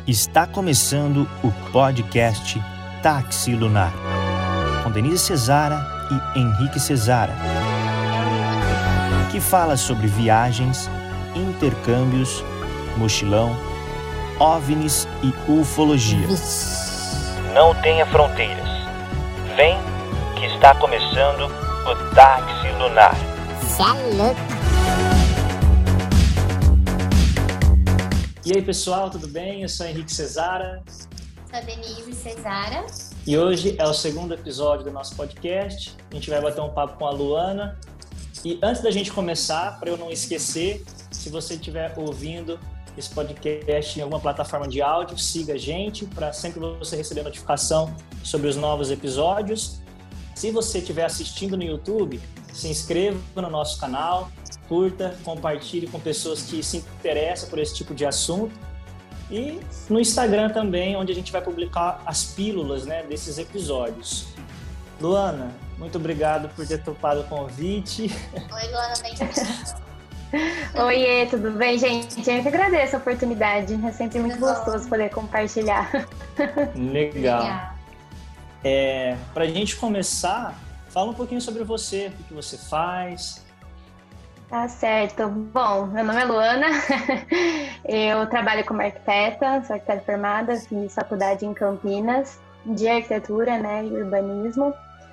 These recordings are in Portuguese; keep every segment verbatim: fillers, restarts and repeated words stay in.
Está começando o podcast Táxi Lunar, com Denise Cesara e Henrique Cesara, que fala sobre viagens, intercâmbios, mochilão, OVNIs e ufologia. Não tenha fronteiras. Vem que está começando o Táxi Lunar. E aí, pessoal, tudo bem? Eu sou Henrique Cesara. Sou a Denise Cesara. E hoje é o segundo episódio do nosso podcast. A gente vai bater um papo com a Luana. E antes da gente começar, para eu não esquecer, se você estiver ouvindo esse podcast em alguma plataforma de áudio, siga a gente para sempre você receber notificação sobre os novos episódios. Se você estiver assistindo no YouTube, se inscreva no nosso canal, curta, compartilhe com pessoas que se interessam por esse tipo de assunto. E no Instagram também, onde a gente vai publicar as pílulas, né, desses episódios. Luana, muito obrigado por ter topado o convite. Oi, Luana, bem-vinda. Oiê, tudo bem, gente? Eu que agradeço a oportunidade. É sempre muito Tudo gostoso bom. poder compartilhar. Legal. Legal. É, para a gente começar, fala um pouquinho sobre você, o que você faz. Tá certo. Bom, meu nome é Luana, eu trabalho como arquiteta, sou arquiteta formada, fiz faculdade em Campinas, de arquitetura, né, e urbanismo.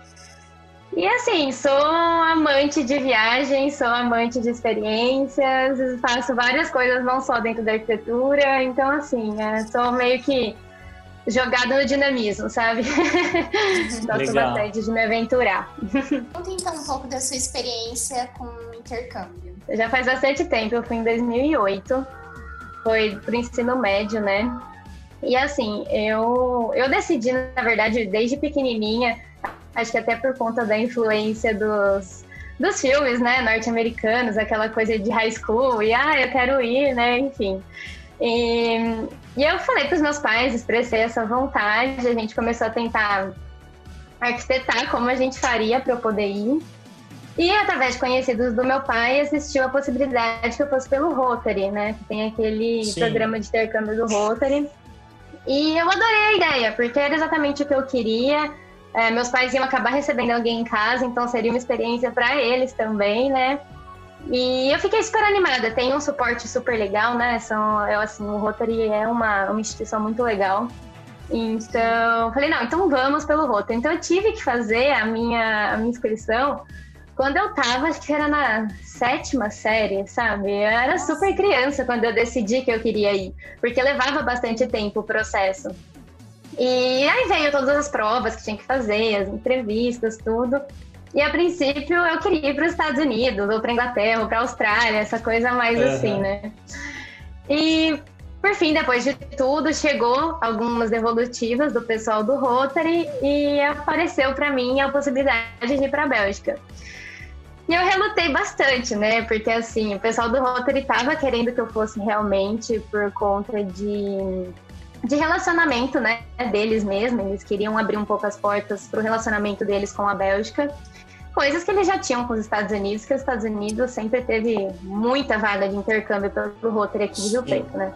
E assim, sou amante de viagens, sou amante de experiências, faço várias coisas não só dentro da arquitetura, então assim, é, sou meio que jogada no dinamismo, sabe? Gosto Legal. bastante de me aventurar. Conta então um pouco da sua experiência com o intercâmbio. Já faz bastante tempo, eu fui em dois mil e oito, foi pro ensino médio, né? E assim, eu, eu decidi, na verdade, desde pequenininha, acho que até por conta da influência dos, dos filmes, né, norte-americanos, aquela coisa de high school, e ah, eu quero ir, né, enfim. E, e eu falei para os meus pais, expressei essa vontade, a gente começou a tentar arquitetar como a gente faria para eu poder ir. E através de conhecidos do meu pai, existiu a possibilidade que eu fosse pelo Rotary, né, que tem aquele Sim. programa de intercâmbio do Rotary. E eu adorei a ideia, porque era exatamente o que eu queria. É, meus pais iam acabar recebendo alguém em casa, então seria uma experiência para eles também, né? E eu fiquei super animada, tem um suporte super legal, né? São, eu, assim, o Rotary é uma, uma instituição muito legal. Então, falei, não, então vamos pelo Rotary. Então eu tive que fazer a minha, a minha inscrição quando eu tava, acho que era na sétima série, sabe? Eu era super criança quando eu decidi que eu queria ir, porque levava bastante tempo o processo. E aí veio todas as provas que tinha que fazer, as entrevistas, tudo. E a princípio eu queria ir para os Estados Unidos, ou para Inglaterra, ou para Austrália, essa coisa mais Uhum. assim, né? E por fim, depois de tudo, chegou algumas devolutivas do pessoal do Rotary e apareceu para mim a possibilidade de ir para a Bélgica. E eu relutei bastante, né? Porque assim, o pessoal do Rotary estava querendo que eu fosse realmente por conta de... de relacionamento, né, deles mesmo. Eles queriam abrir um pouco as portas para o relacionamento deles com a Bélgica, coisas que eles já tinham com os Estados Unidos, que os Estados Unidos sempre teve muita vaga de intercâmbio pelo Rotary aqui de Rio Preto, né.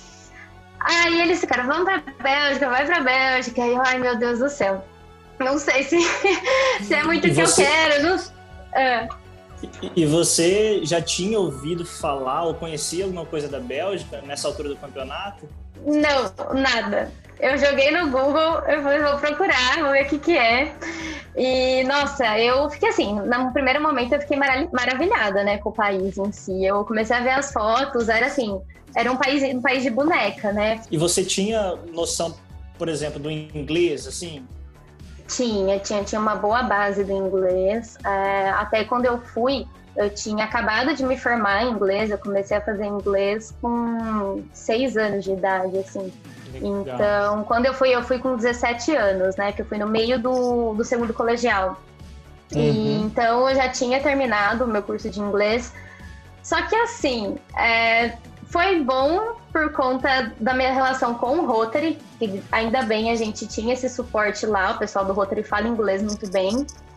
Aí eles ficaram, vamos para a Bélgica, vai para a Bélgica, e eu, ai meu Deus do céu, não sei se, se é muito o que você... eu quero, não... Ah. E, e você já tinha ouvido falar ou conhecia alguma coisa da Bélgica nessa altura do campeonato? Não, nada. Eu joguei no Google, eu falei, vou procurar, vou ver o que que é. E, nossa, eu fiquei assim, no primeiro momento eu fiquei marav- maravilhada, né, com o país em si. Eu comecei a ver as fotos, era assim, era um país, um país de boneca, né? E você tinha noção, por exemplo, do inglês, assim? Tinha, tinha, tinha uma boa base do inglês. É, até quando eu fui, eu tinha acabado de me formar em inglês, eu comecei a fazer inglês com seis anos de idade, assim. Legal. Então, quando eu fui, eu fui com dezessete anos, né? Que eu fui no meio do, do segundo colegial. Uhum. E, então, eu já tinha terminado o meu curso de inglês. Só que, assim, é, foi bom por conta da minha relação com o Rotary, que ainda bem a gente tinha esse suporte lá, o pessoal do Rotary fala inglês muito bem.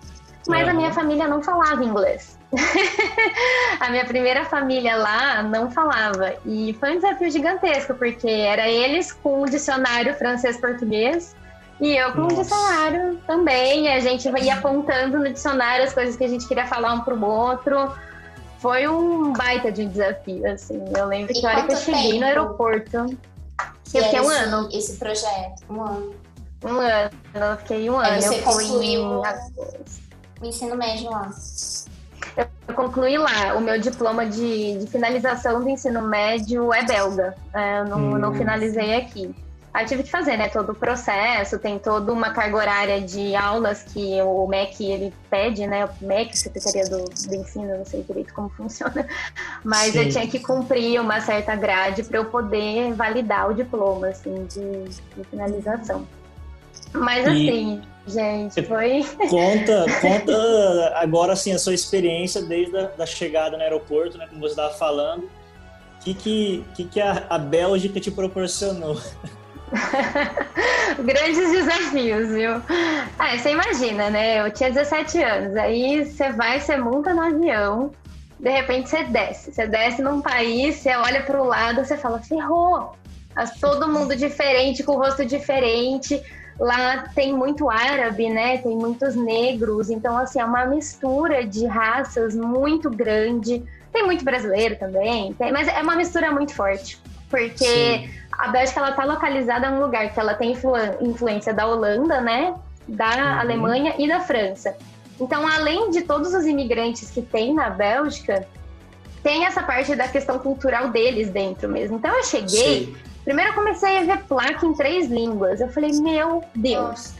mas uhum. a minha família não falava inglês. A minha primeira família lá não falava. E foi um desafio gigantesco, porque era eles com o dicionário francês-português e eu com o dicionário também. E a gente ia apontando no dicionário as coisas que a gente queria falar um pro outro. Foi um baita de desafio, assim. Eu lembro que e a hora que eu cheguei tempo? no aeroporto, Que eu fiquei um esse, ano. Esse projeto, um ano. Um ano, eu fiquei um Aí ano. você eu fui concluiu em... o ensino médio lá. Eu concluí lá. O meu diploma de, de finalização do ensino médio é belga. É, eu não, hum. não finalizei aqui. Aí tive que fazer, né, todo o processo, tem toda uma carga horária de aulas que o M E C ele pede, né, o M E C, Secretaria do, do Ensino, não sei direito como funciona, mas Sim. eu tinha que cumprir uma certa grade para eu poder validar o diploma, assim, de, de finalização. Mas e... assim, gente, foi... Conta, conta agora, assim, a sua experiência desde a da chegada no aeroporto, né, como você estava falando, o que, que, que, que a, a Bélgica te proporcionou? Grandes desafios, viu? Ah, você imagina, né? Eu tinha dezessete anos, aí você vai, você monta no avião, de repente você desce. Você desce num país, você olha pro lado, você fala, ferrou! Todo mundo diferente, com o rosto diferente. Lá tem muito árabe, né? Tem muitos negros, então assim, é uma mistura de raças muito grande. Tem muito brasileiro também, tem, mas é uma mistura muito forte, porque Sim. a Bélgica ela tá localizada num lugar que ela tem influ- influência da Holanda, né, da uhum. Alemanha e da França. Então, além de todos os imigrantes que tem na Bélgica, tem essa parte da questão cultural deles dentro mesmo. Então, eu cheguei, Sim. primeiro eu comecei a ver placa em três línguas. Eu falei, meu Deus.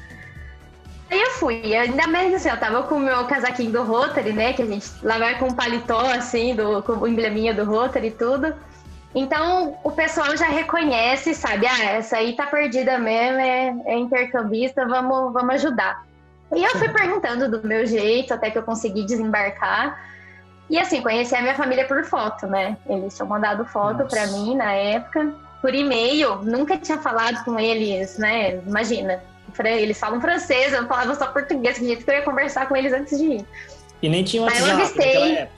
Aí eu fui, ainda mais assim, eu tava com o meu casaquinho do Rotary, né, que a gente lá vai com um paletó, assim, do, com o embleminha do Rotary e tudo. Então, o pessoal já reconhece, sabe, ah, essa aí tá perdida mesmo, é, é intercambista, vamos, vamos ajudar. E eu fui perguntando do meu jeito, até que eu consegui desembarcar. E assim, conheci a minha família por foto, né, eles tinham mandado foto Nossa. Pra mim na época, por e-mail, nunca tinha falado com eles, né, imagina. Eles falam francês, eu falava só português, que jeito que eu ia conversar com eles antes de ir. E nem tinha WhatsApp Aí eu avistei... naquela época?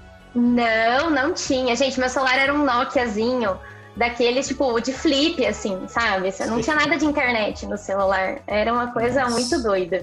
Não, não tinha. Gente, meu celular era um Nokiazinho, daqueles, tipo, de flip, assim, sabe? Não tinha nada de internet no celular. Era uma coisa Nossa. Muito doida.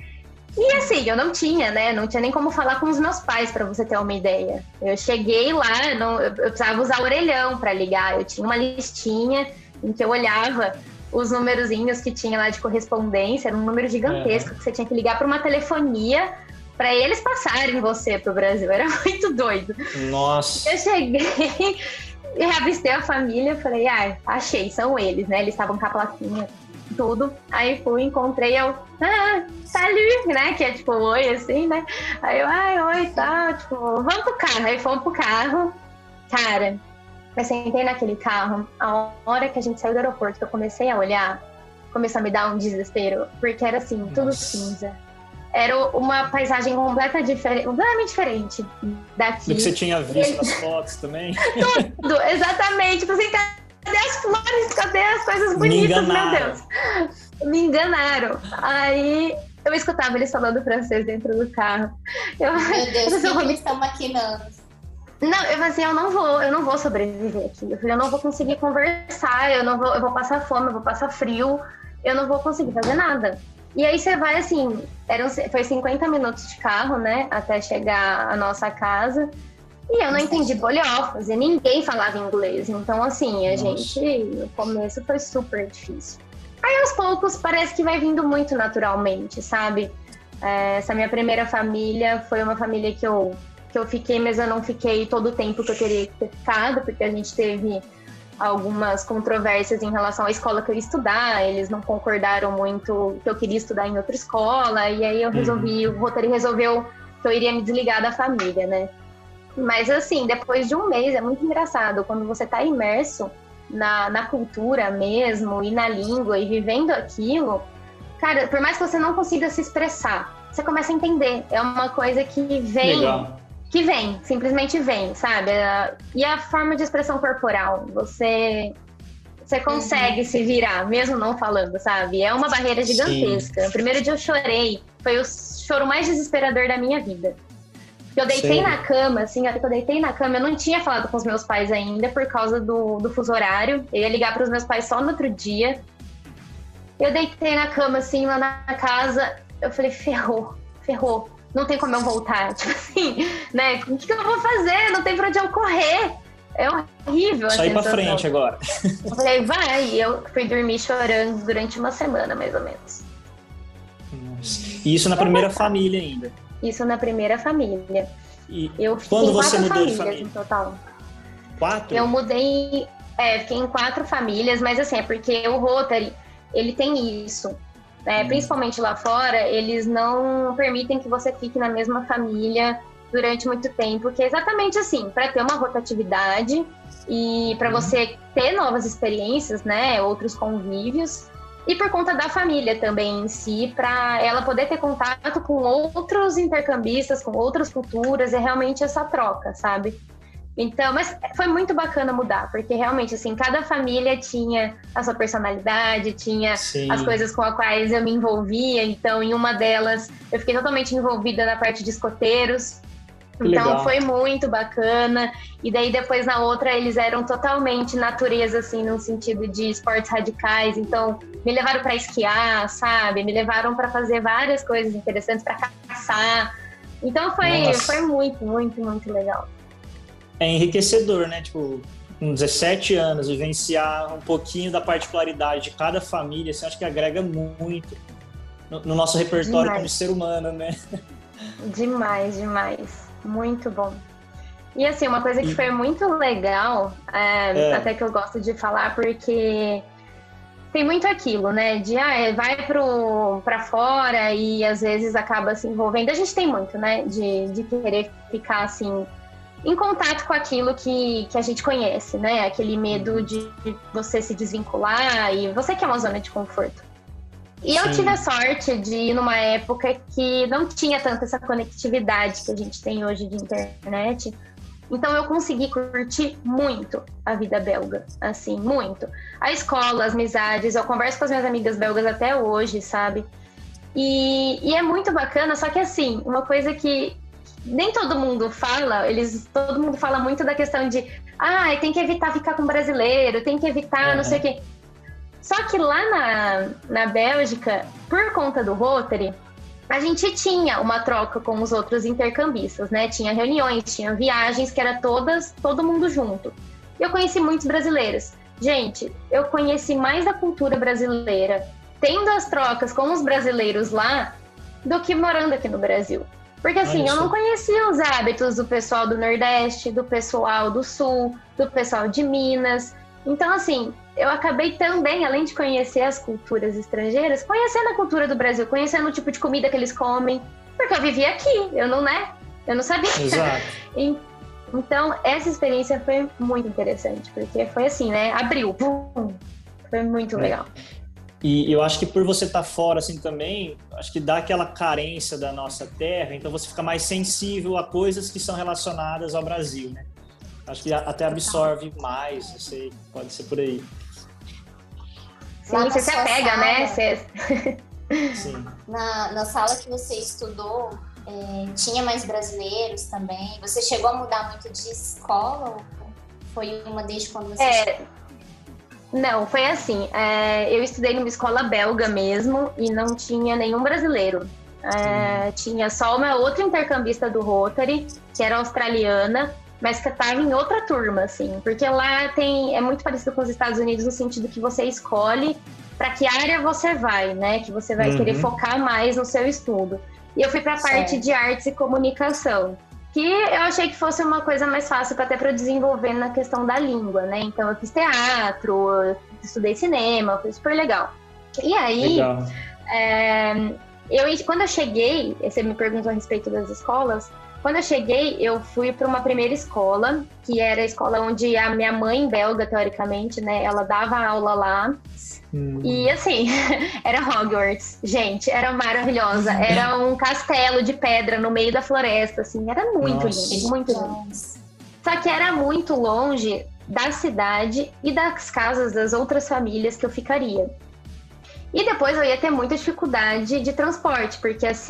E assim, eu não tinha, né? Não tinha nem como falar com os meus pais, pra você ter uma ideia. Eu cheguei lá, não, eu precisava usar orelhão pra ligar. Eu tinha uma listinha em que eu olhava os numerozinhos que tinha lá de correspondência, era um número gigantesco, é. que você tinha que ligar para uma telefonia para eles passarem você pro Brasil. Era muito doido. Nossa! Eu cheguei e avistei a família, falei, ah, achei, são eles, né? Eles estavam com a plaquinha, tudo. Aí fui, encontrei, eu, ah, salut, né? Que é tipo, oi, assim, né? Aí eu, ai, oi, tá, tipo, vamos pro carro. Aí fomos pro carro. Cara, eu sentei naquele carro, a hora que a gente saiu do aeroporto, que eu comecei a olhar, começou a me dar um desespero, porque era assim, Nossa. Tudo cinza. Era uma paisagem completa diferente, completamente diferente daqui. Do que você tinha visto nas fotos também? Tudo, exatamente. Tipo assim, cadê as flores? Cadê as coisas bonitas, meu Deus? Me enganaram. Aí eu escutava eles falando francês dentro do carro. Eu, meu Deus, o que, que eles estão maquinando? Não, eu falei assim, eu não vou, eu não vou sobreviver aqui. Eu falei, eu não vou conseguir conversar, eu não vou, eu vou passar fome, eu vou passar frio, eu não vou conseguir fazer nada. E aí você vai assim, eram, foi cinquenta minutos de carro, né, até chegar à nossa casa. E eu não entendi bolhofas, e ninguém falava inglês. Então, assim, a Nossa. gente, no começo foi super difícil. Aí, aos poucos, parece que vai vindo muito naturalmente, sabe? Essa minha primeira família foi uma família que eu... que eu fiquei, mas eu não fiquei todo o tempo que eu teria que ter ficado, porque a gente teve algumas controvérsias em relação à escola que eu ia estudar, eles não concordaram muito que eu queria estudar em outra escola, e aí eu resolvi, uhum. o Rotary resolveu que eu iria me desligar da família, né? Mas assim, depois de um mês, é muito engraçado, quando você tá imerso na, na cultura mesmo, e na língua, e vivendo aquilo, cara, por mais que você não consiga se expressar, você começa a entender, é uma coisa que vem... Legal. Que vem, simplesmente vem, sabe? E a forma de expressão corporal, você, você consegue uhum. se virar, mesmo não falando, sabe? É uma barreira gigantesca. Sim. O primeiro dia eu chorei, foi o choro mais desesperador da minha vida. Eu deitei Sério? na cama, assim, a hora que eu deitei na cama, eu não tinha falado com os meus pais ainda por causa do, do fuso horário. Eu ia ligar para os meus pais só no outro dia. Eu deitei na cama, assim, lá na casa. Eu falei, ferrou, ferrou. Não tem como eu voltar. Tipo assim, né? O que, que eu vou fazer? Não tem pra onde eu correr. É horrível. Só ir pra frente agora. Eu falei, vai. E eu fui dormir chorando durante uma semana, mais ou menos. E isso na primeira família ainda. Isso na primeira família. E eu fiquei quando em você quatro mudou de famílias família? no total. Quatro? Eu mudei, é, fiquei em quatro famílias, mas assim, é porque o Rotary, ele tem isso. Né? Hum. Principalmente lá fora, eles não permitem que você fique na mesma família durante muito tempo, porque é exatamente assim, para ter uma rotatividade e para hum. você ter novas experiências, né, outros convívios, e por conta da família também em si, para ela poder ter contato com outros intercambistas, com outras culturas, é realmente essa troca, sabe? Então, mas foi muito bacana mudar, porque realmente, assim, cada família tinha a sua personalidade, tinha Sim. as coisas com as quais eu me envolvia. Então, em uma delas, eu fiquei totalmente envolvida na parte de escoteiros. Que então, legal. Foi muito bacana. E daí, depois, na outra, eles eram totalmente natureza, assim, no sentido de esportes radicais. Então, me levaram para esquiar, sabe? Me levaram para fazer várias coisas interessantes, para caçar. Então, foi, foi muito, muito, muito legal. É enriquecedor, né? Tipo, com dezessete anos, vivenciar um pouquinho da particularidade de cada família, assim, acho que agrega muito no, no nosso repertório demais. Como ser humano, né? Demais, demais. Muito bom. E assim, uma coisa que e... foi muito legal, é, é. até que eu gosto de falar, porque tem muito aquilo, né? De, ah, vai pro, pra fora e às vezes acaba se envolvendo. A gente tem muito, né? De, de querer ficar, assim, em contato com aquilo que, que a gente conhece, né? Aquele medo de você se desvincular e você quer uma zona de conforto. E Sim. eu tive a sorte de ir numa época que não tinha tanta essa conectividade que a gente tem hoje de internet. Então eu consegui curtir muito a vida belga, assim, muito. A escola, as amizades, eu converso com as minhas amigas belgas até hoje, sabe? E, e é muito bacana, só que assim, uma coisa que nem todo mundo fala, eles, todo mundo fala muito da questão de ah, tem que evitar ficar com brasileiro, tem que evitar uhum. não sei o quê. Só que lá na, na Bélgica, por conta do Rotary, a gente tinha uma troca com os outros intercambistas, né? Tinha reuniões, tinha viagens que era todas, todo mundo junto. E eu conheci muitos brasileiros. Gente, eu conheci mais da cultura brasileira tendo as trocas com os brasileiros lá do que morando aqui no Brasil. Porque assim, eu não conhecia os hábitos do pessoal do Nordeste, do pessoal do Sul, do pessoal de Minas. Então assim, eu acabei também, além de conhecer as culturas estrangeiras, conhecendo a cultura do Brasil, conhecendo o tipo de comida que eles comem, porque eu vivia aqui, eu não, né? Eu não sabia. Exato. Então, essa experiência foi muito interessante, porque foi assim, né? Abriu, pum, foi muito é. legal. E eu acho que por você estar fora assim também, acho que dá aquela carência da nossa terra, então você fica mais sensível a coisas que são relacionadas ao Brasil, né? Acho que até absorve mais, não sei, pode ser por aí. Sim, você se apega, né? Você... Sim. Na, na sala que você estudou, é, tinha mais brasileiros também? Você chegou a mudar muito de escola? Ou foi uma desde quando você é... estudou? Não, foi assim, é, eu estudei numa escola belga mesmo e não tinha nenhum brasileiro. É, tinha só uma outra intercambista do Rotary, que era australiana, mas que estava em outra turma, assim, porque lá tem, é muito parecido com os Estados Unidos no sentido que você escolhe para que área você vai, né, que você vai uhum. querer focar mais no seu estudo. E eu fui para a parte de artes e comunicação, que eu achei que fosse uma coisa mais fácil até para desenvolver na questão da língua, né? Então eu fiz teatro, eu estudei cinema, foi super legal. E aí, é, eu, quando eu cheguei, você me perguntou a respeito das escolas, quando eu cheguei, eu fui para uma primeira escola, que era a escola onde a minha mãe belga, teoricamente, né? Ela dava aula lá. Hum. E assim, era Hogwarts, gente, era maravilhosa, era um castelo de pedra no meio da floresta, assim, era muito Nossa. lindo, muito lindo. Só que era muito longe da cidade e das casas das outras famílias que eu ficaria. E depois eu ia ter muita dificuldade de transporte, porque assim,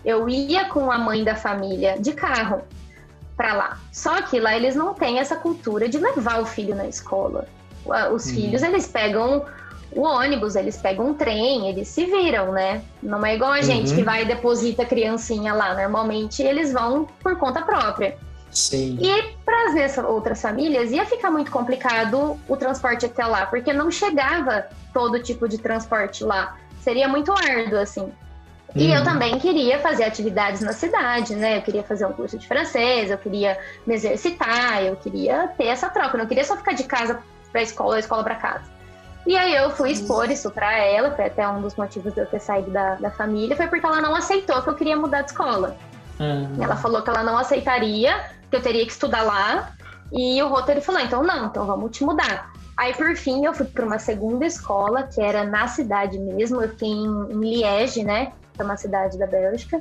eu ia com a mãe da família de carro para lá. Só que lá eles não têm essa cultura de levar o filho na escola. Os hum. filhos, eles pegam o ônibus, eles pegam um trem, eles se viram, né? Não é igual a gente uhum. que vai e deposita a criancinha lá. Normalmente eles vão por conta própria. Sim. E para as outras famílias ia ficar muito complicado o transporte até lá, porque não chegava todo tipo de transporte lá. Seria muito árduo, assim. E uhum. eu também queria fazer atividades na cidade, né? Eu queria fazer um curso de francês, eu queria me exercitar, eu queria ter essa troca. Eu não queria só ficar de casa para a escola, escola para casa. E aí eu fui expor isso para ela, foi até um dos motivos de eu ter saído da, da família, foi porque ela não aceitou que eu queria mudar de escola. Uhum. Ela falou que ela não aceitaria, que eu teria que estudar lá, e o roteiro falou, então não, então vamos te mudar. Aí, por fim, eu fui para uma segunda escola, que era na cidade mesmo, eu fiquei em, em Liege, né? Que é uma cidade da Bélgica,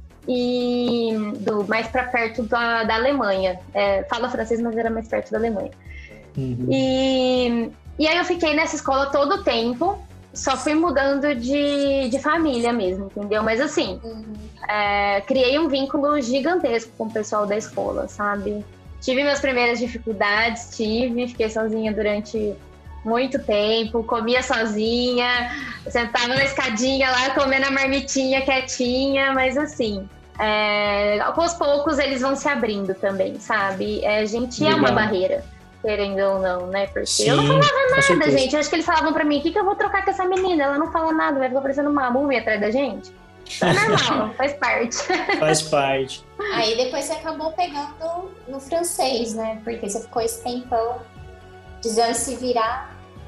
e do, mais para perto da, da Alemanha. É, fala francês, mas era mais perto da Alemanha. Uhum. E, e aí eu fiquei nessa escola todo o tempo, só fui mudando de, de família mesmo, entendeu? Mas assim, uhum. é, criei um vínculo gigantesco com o pessoal da escola, sabe? Tive minhas primeiras dificuldades, tive, fiquei sozinha durante muito tempo, comia sozinha, sentava na escadinha lá, comendo a marmitinha quietinha, mas assim, é, aos poucos eles vão se abrindo também, sabe? É, a gente é uma barreira, querendo ou não, né? Porque Sim, eu não falava nada, gente. Eu acho que eles falavam pra mim, o que, que eu vou trocar com essa menina? Ela não fala nada, vai ficar parecendo uma múmia atrás da gente. É normal, faz parte. Faz parte. Aí depois você acabou pegando no francês, né? Porque você ficou esse tempão precisando se virar.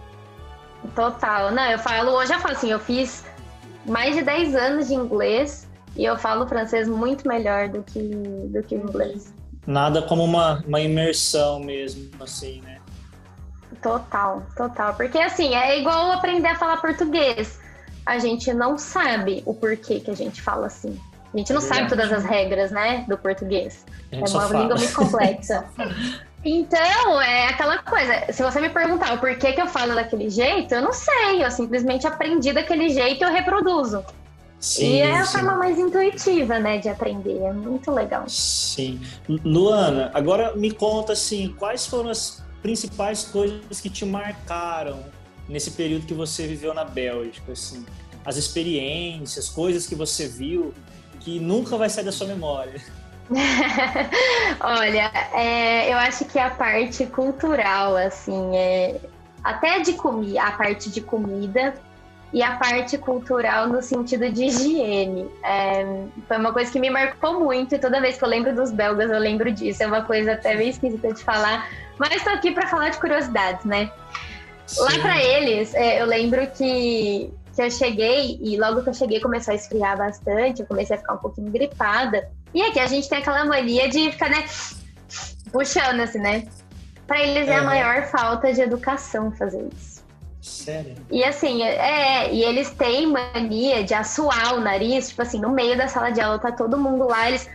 Total. Não, eu falo, hoje eu falo assim, eu fiz mais de dez anos de inglês e eu falo francês muito melhor do que, do que o inglês. Nada como uma, uma imersão mesmo, assim, né? Total, total. Porque assim, é igual aprender a falar português. A gente não sabe o porquê que a gente fala assim. A gente não é sabe todas as regras, né, do português. É uma língua muito complexa. Então, é aquela coisa, se você me perguntar o porquê que eu falo daquele jeito, eu não sei, eu simplesmente aprendi daquele jeito e eu reproduzo. Sim, e é a sim. forma mais intuitiva, né, de aprender, é muito legal. Sim. Luana, agora me conta, assim, quais foram as principais coisas que te marcaram nesse período que você viveu na Bélgica, assim, as experiências, coisas que você viu que nunca vai sair da sua memória. Olha, é, eu acho que a parte cultural, assim, é, até de comida, a parte de comida e a parte cultural no sentido de higiene. É, foi uma coisa que me marcou muito e toda vez que eu lembro dos belgas eu lembro disso. É uma coisa até meio esquisita de falar, mas estou aqui para falar de curiosidades, né? Sim. Lá para eles, é, eu lembro que, que eu cheguei e logo que eu cheguei começou a esfriar bastante, eu comecei a ficar um pouquinho gripada. E aqui a gente tem aquela mania de ficar, né, puxando assim, né? Para eles é, é a maior falta de educação fazer isso. Sério? E assim, é, e eles têm mania de assoar o nariz, tipo assim, no meio da sala de aula tá todo mundo lá, eles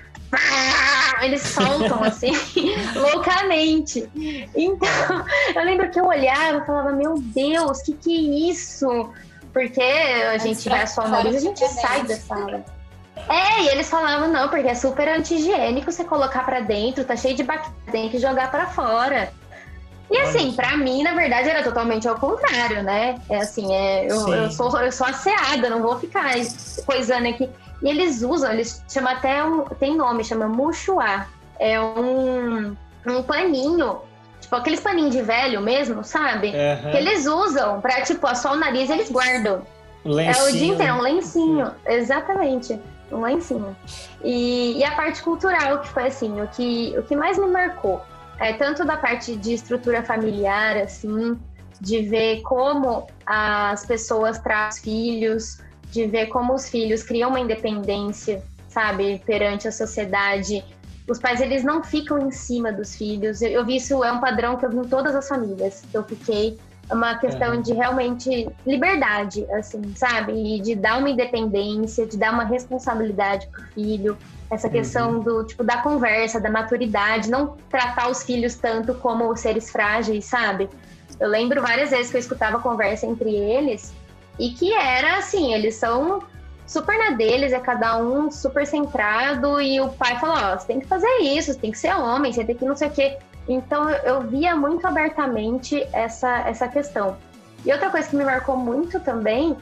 eles soltam assim, loucamente. Então, eu lembro que eu olhava e falava, meu Deus, que que é isso? Porque a gente vai assoar o nariz, a gente sai da sala. É, e eles falavam, não, porque é super anti-higiênico você colocar pra dentro, tá cheio de bactéria, tem que jogar pra fora. E assim, pra mim, na verdade, era totalmente ao contrário, né? É assim, é, eu, eu, sou, eu sou asseada, não vou ficar coisando aqui. E eles usam, eles chamam até um, tem nome, chama mouchoir. É um, um paninho, tipo aqueles paninhos de velho mesmo, sabe? Uhum. Que eles usam pra, tipo, assoar o nariz e eles guardam. Lencinho. É o dia inteiro, um lencinho, exatamente. Um lencinho. E, e a parte cultural, que foi assim, o que, o que mais me marcou, é tanto da parte de estrutura familiar, assim, de ver como as pessoas tratam os filhos, de ver como os filhos criam uma independência, sabe, perante a sociedade. Os pais, eles não ficam em cima dos filhos. Eu, eu vi isso, é um padrão que eu vi em todas as famílias que eu fiquei. É uma questão uhum. de realmente liberdade, assim, sabe? E de dar uma independência, de dar uma responsabilidade pro filho. Essa questão uhum. do, tipo, da conversa, da maturidade, não tratar os filhos tanto como seres frágeis, sabe? Eu lembro várias vezes que eu escutava conversa entre eles e que era assim, eles são super na deles, é cada um super centrado, e o pai fala, ó, você tem que fazer isso, você tem que ser homem, você tem que não sei o quê. Então eu via muito abertamente essa, essa questão. E outra coisa que me marcou muito também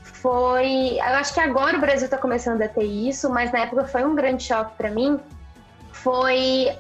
foi, eu acho que agora o Brasil está começando a ter isso, mas na época foi um grande choque para mim, foi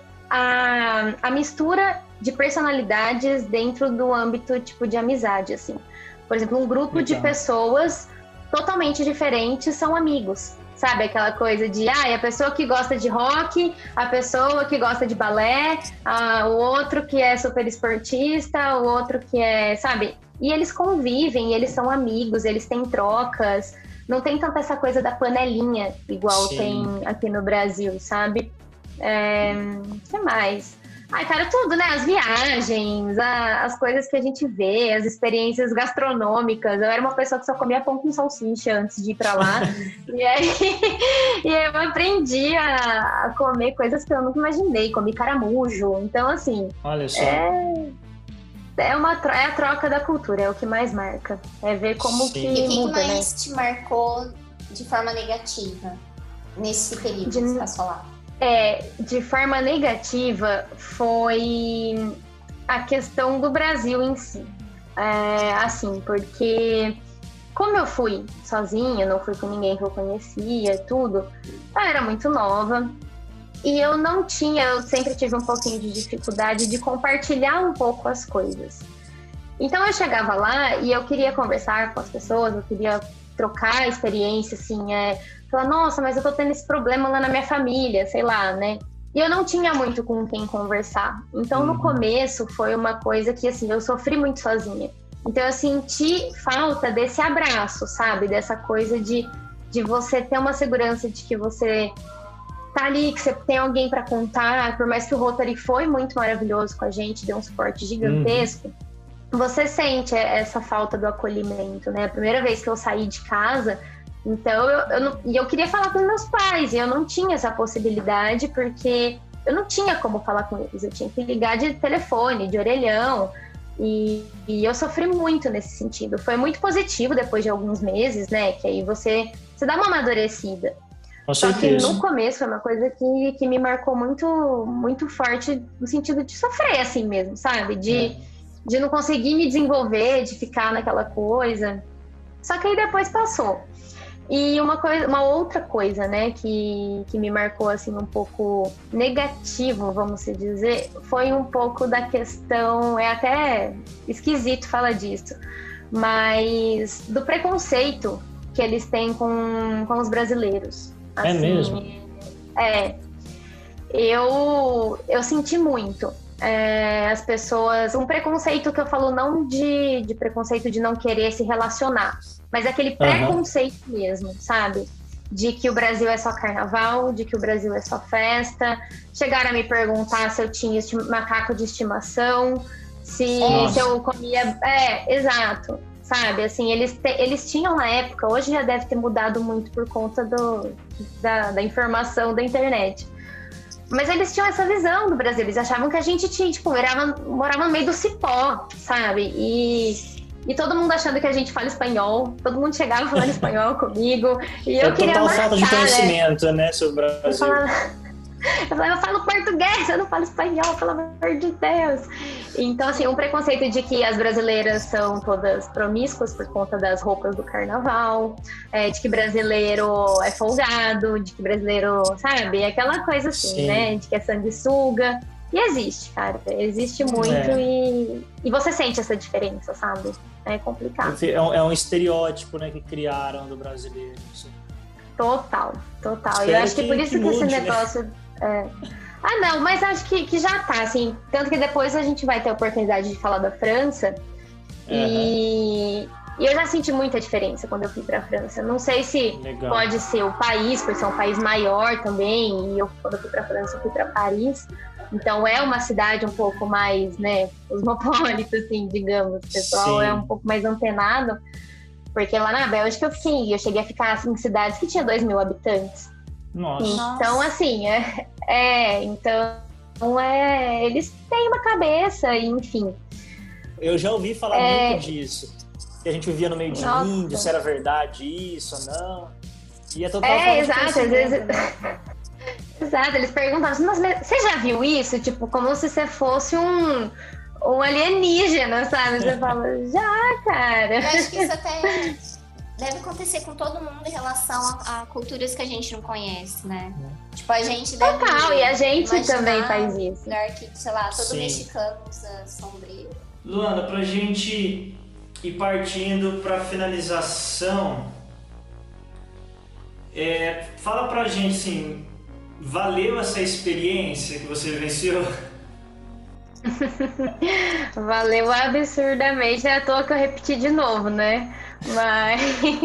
a, a mistura de personalidades dentro do âmbito tipo de amizade, assim. Por exemplo, um grupo de pessoas totalmente diferentes são amigos, sabe? Aquela coisa de, ah, a pessoa que gosta de rock, a pessoa que gosta de balé, ah, o outro que é super esportista, o outro que é, sabe? E eles convivem, eles são amigos, eles têm trocas, não tem tanta essa coisa da panelinha, igual Sim. tem aqui no Brasil, sabe? É, o que mais? Ai, cara, tudo, né? As viagens, a, as coisas que a gente vê, as experiências gastronômicas. Eu era uma pessoa que só comia pão com salsicha antes de ir pra lá. e, aí, e aí eu aprendi a, a comer coisas que eu nunca imaginei. Comi caramujo. Então, assim... Olha só. É, é, uma, é a troca da cultura, é o que mais marca. É ver como Sim. que E o que, muda, que mais né? te marcou de forma negativa nesse período De... que você passou lá? É, de forma negativa foi a questão do Brasil em si. É, assim, porque como eu fui sozinha, não fui com ninguém que eu conhecia, tudo, eu era muito nova e eu não tinha, eu sempre tive um pouquinho de dificuldade de compartilhar um pouco as coisas. Então eu chegava lá e eu queria conversar com as pessoas, eu queria trocar experiência, assim, é... Falar, nossa, mas eu tô tendo esse problema lá na minha família, sei lá, né? E eu não tinha muito com quem conversar. Então, no começo, foi uma coisa que, assim, eu sofri muito sozinha. Então, eu senti falta desse abraço, sabe? Dessa coisa de, de você ter uma segurança de que você tá ali, que você tem alguém pra contar. Por mais que o Rotary foi muito maravilhoso com a gente, deu um suporte gigantesco, uhum. você sente essa falta do acolhimento, né? A primeira vez que eu saí de casa... Então, eu, eu, não, e eu queria falar com meus pais, e eu não tinha essa possibilidade, porque eu não tinha como falar com eles. Eu tinha que ligar de telefone, de orelhão, e, e eu sofri muito nesse sentido. Foi muito positivo depois de alguns meses, né? Que aí você, você dá uma amadurecida. Com Só certeza. que no começo foi uma coisa que, que me marcou muito, muito forte, no sentido de sofrer assim mesmo, sabe? De, é. de não conseguir me desenvolver, de ficar naquela coisa. Só que aí depois passou. E uma, coisa, uma outra coisa, né, que, que me marcou, assim, um pouco negativo, vamos se dizer, foi um pouco da questão, é até esquisito falar disso, mas do preconceito que eles têm com, com os brasileiros. Assim, é mesmo? É. Eu, eu senti muito. É, as pessoas... Um preconceito que eu falo não de, de preconceito de não querer se relacionar, mas aquele preconceito uhum. mesmo, sabe? De que o Brasil é só carnaval, de que o Brasil é só festa. Chegaram a me perguntar se eu tinha estima, macaco de estimação, se, se eu comia... É, exato, sabe? Assim, eles, te, eles tinham na época, hoje já deve ter mudado muito por conta do, da, da informação da internet. Mas eles tinham essa visão do Brasil, eles achavam que a gente tinha, tipo, morava, morava no meio do cipó, sabe? E... E todo mundo achando que a gente fala espanhol, todo mundo chegava falando espanhol comigo. E eu é queria total marcar, falta de conhecimento, né, né sobre o Brasil. Eu falava, eu falava, eu falo português, eu não falo espanhol, pelo amor de Deus. Então, assim, um preconceito de que as brasileiras são todas promíscuas por conta das roupas do carnaval, é, de que brasileiro é folgado, de que brasileiro, sabe, aquela coisa assim, Sim. né, de que é sanguessuga. E existe, cara, existe muito é. e, e você sente essa diferença, sabe? É complicado. É um, é um estereótipo, né, que criaram do brasileiro. Assim. Total, total. Espero E eu acho que, que por isso que, que mude, esse negócio... Né? É... Ah, não, mas acho que, que já tá, assim. Tanto que depois a gente vai ter a oportunidade de falar da França. Uhum. E... e eu já senti muita diferença quando eu fui pra França. Não sei se Legal. Pode ser o país, por ser um país maior também. E eu, quando eu fui pra França, eu fui pra Paris. Então é uma cidade um pouco mais, né, cosmopolita, assim, digamos. O pessoal Sim. é um pouco mais antenado. Porque lá na Bélgica eu fiquei, eu cheguei a ficar assim, em cidades que tinha dois mil habitantes. Nossa. Então, assim, é, é então é, eles têm uma cabeça, enfim. Eu já ouvi falar é... muito disso. Que a gente vivia no meio de Nossa. índio, se era verdade isso ou não. E é total É, exato, às vezes... né? Exato, eles perguntavam assim, mas você já viu isso? Tipo, como se você fosse um, um alienígena, sabe? Você fala, já, cara. Eu acho que isso até deve acontecer com todo mundo em relação a, a culturas que a gente não conhece, né? Tipo, a gente deve... Total, e a gente imaginar também faz isso. um lugar que, sei lá, todo Sim. mexicano usa sombrio. Luana, pra gente ir partindo pra finalização, é, fala pra gente, assim, valeu essa experiência que você vivenciou? Valeu absurdamente, é à toa que eu repeti de novo, né? Mas,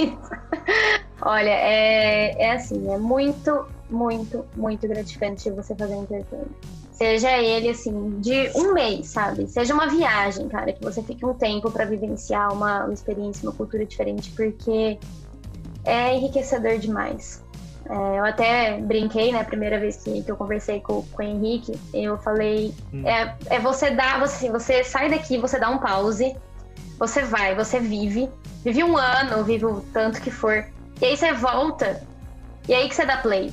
olha, é, é assim, é muito, muito, muito gratificante você fazer um intercâmbio. Seja ele, assim, de um mês, sabe? Seja uma viagem, cara, que você fique um tempo pra vivenciar uma, uma experiência, uma cultura diferente, porque é enriquecedor demais. É, eu até brinquei, né, a primeira vez que, que eu conversei com, com o Henrique, eu falei, hum. é, é você dar, você, você sai daqui, você dá um pause, você vai, você vive, vive um ano, vive o tanto que for, e aí você volta, e aí que você dá play,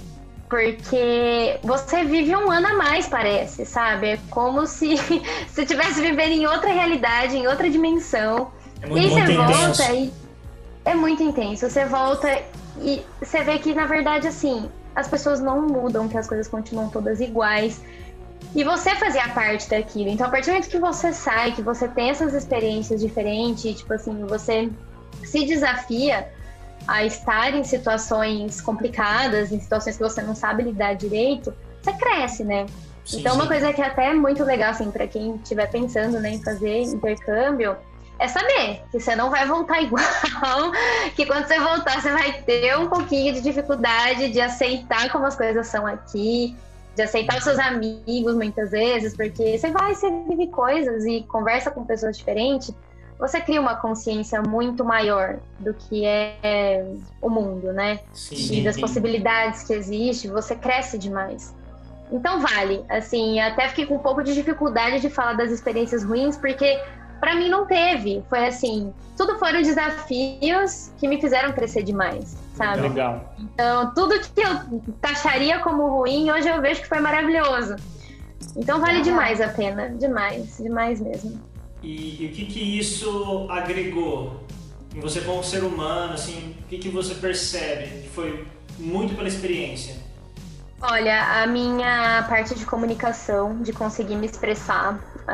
porque você vive um ano a mais, parece, sabe? É como se você estivesse vivendo em outra realidade, em outra dimensão, é muito, e aí você intenso. volta e é muito intenso, você volta e você vê que, na verdade, assim, as pessoas não mudam, que as coisas continuam todas iguais. E você fazia parte daquilo. Então, a partir do momento que você sai, que você tem essas experiências diferentes, tipo assim, você se desafia a estar em situações complicadas, em situações que você não sabe lidar direito, você cresce, né? Sim, então, uma sim. coisa que é até muito legal, assim, pra quem estiver pensando, né, em fazer intercâmbio, é saber que você não vai voltar igual, que quando você voltar você vai ter um pouquinho de dificuldade de aceitar como as coisas são aqui, de aceitar os seus amigos muitas vezes, porque você vai, você vive coisas e conversa com pessoas diferentes, você cria uma consciência muito maior do que é o mundo, né? Sim, e das sim. possibilidades que existem, você cresce demais. Então vale, assim, até fiquei com um pouco de dificuldade de falar das experiências ruins, porque pra mim não teve, foi assim, tudo foram desafios que me fizeram crescer demais, sabe? Legal. Então, tudo que eu taxaria como ruim, hoje eu vejo que foi maravilhoso. Então vale ah. demais a pena, demais, demais mesmo. E, e o que que isso agregou em você como ser humano, assim, o que que você percebe que foi muito pela experiência? Olha, a minha parte de comunicação, de conseguir me expressar,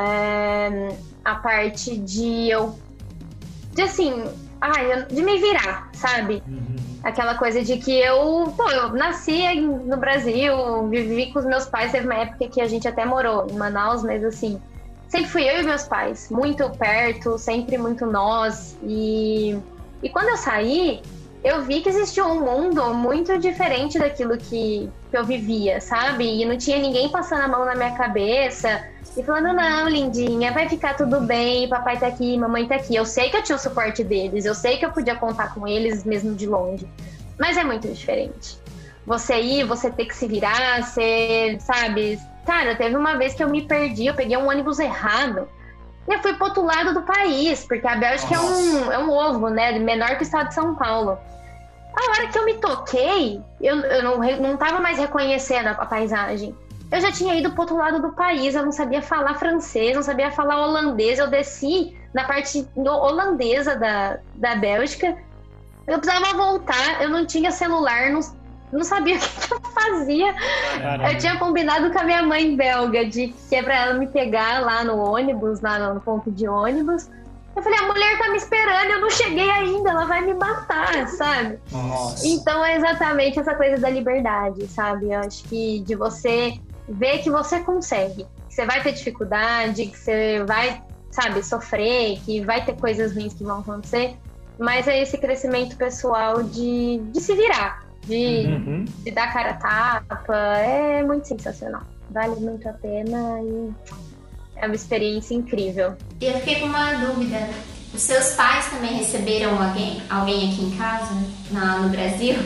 é, a parte de eu, de assim, ai, de me virar, sabe? Uhum. Aquela coisa de que eu, pô, eu nasci no Brasil, vivi com os meus pais, teve uma época que a gente até morou em Manaus, mas assim, sempre fui eu e meus pais, muito perto, sempre muito nós, e, e quando eu saí, eu vi que existia um mundo muito diferente daquilo que, que eu vivia, sabe? E não tinha ninguém passando a mão na minha cabeça e falando, não, lindinha, vai ficar tudo bem, papai tá aqui, mamãe tá aqui. Eu sei que eu tinha o suporte deles, eu sei que eu podia contar com eles mesmo de longe, mas é muito diferente. Você ir, você ter que se virar, você, sabe? Cara, teve uma vez que eu me perdi, eu peguei um ônibus errado e eu fui pro outro lado do país, porque a Bélgica é um, é um ovo, né? Menor que o estado de São Paulo. A hora que eu me toquei, eu, eu não, não tava mais reconhecendo a, a paisagem. Eu já tinha ido pro outro lado do país, eu não sabia falar francês, não sabia falar holandês. Eu desci na parte holandesa da, da Bélgica. Eu precisava voltar, eu não tinha celular, não, não sabia o que, que eu fazia. Caramba. Eu tinha combinado com a minha mãe belga, de que é pra ela me pegar lá no ônibus, lá no ponto de ônibus. Eu falei, a mulher tá me esperando, eu não cheguei ainda, ela vai me matar, sabe? Nossa. Então é exatamente essa coisa da liberdade, sabe? Eu acho que de você ver que você consegue, que você vai ter dificuldade, que você vai, sabe, sofrer, que vai ter coisas ruins que vão acontecer, mas é esse crescimento pessoal de, de se virar, de, uhum. de dar cara a tapa, é muito sensacional, vale muito a pena e... é uma experiência incrível. E eu fiquei com uma dúvida. Os seus pais também receberam alguém, alguém aqui em casa, na, no Brasil?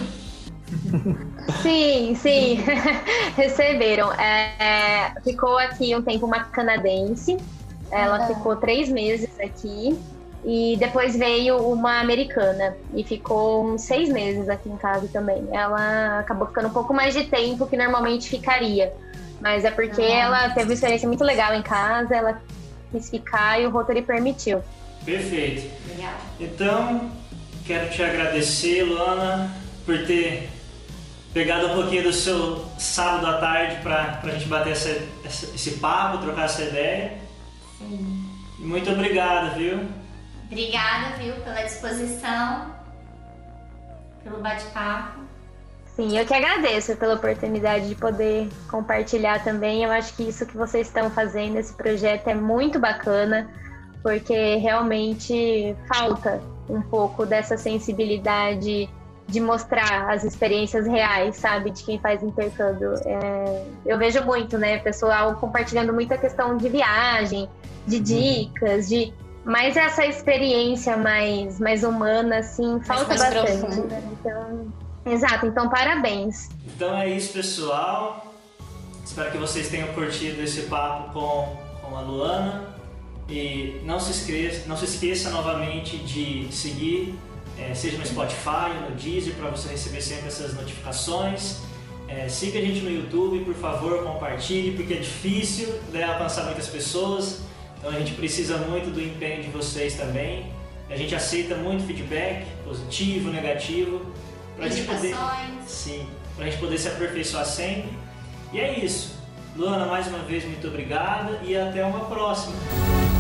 Sim, sim. Receberam. É, é, ficou aqui um tempo uma canadense. Ela ah. ficou três meses aqui. E depois veio uma americana e ficou uns seis meses aqui em casa também. Ela acabou ficando um pouco mais de tempo que normalmente ficaria. Mas é porque ah, ela teve uma experiência muito legal em casa, ela quis ficar e o Rotary permitiu. Perfeito. Legal. Então, quero te agradecer, Luana, por ter pegado um pouquinho do seu sábado à tarde para a gente bater essa, essa, esse papo, trocar essa ideia. Sim. Muito obrigado, viu? Obrigada, viu, pela disposição, pelo bate-papo. Sim, eu que agradeço pela oportunidade de poder compartilhar também. Eu acho que isso que vocês estão fazendo, esse projeto é muito bacana, porque realmente falta um pouco dessa sensibilidade de mostrar as experiências reais, sabe, de quem faz intercâmbio. É, eu vejo muito, né, pessoal compartilhando muita questão de viagem, de dicas, de... Mas essa experiência mais, mais humana, assim, falta mais bastante. profunda. Então, exato, então parabéns. Então é isso, pessoal. Espero que vocês tenham curtido esse papo com, com a Luana. E não se esqueça, não se esqueça novamente de seguir, é, seja no Spotify, no Deezer, para você receber sempre essas notificações. É, siga a gente no YouTube, por favor, compartilhe, porque é difícil, né, alcançar muitas pessoas. Então a gente precisa muito do empenho de vocês também. A gente aceita muito feedback, positivo, negativo, para a gente poder, sim, para a gente poder se aperfeiçoar sempre. E é isso. Luana, mais uma vez, muito obrigado e até uma próxima.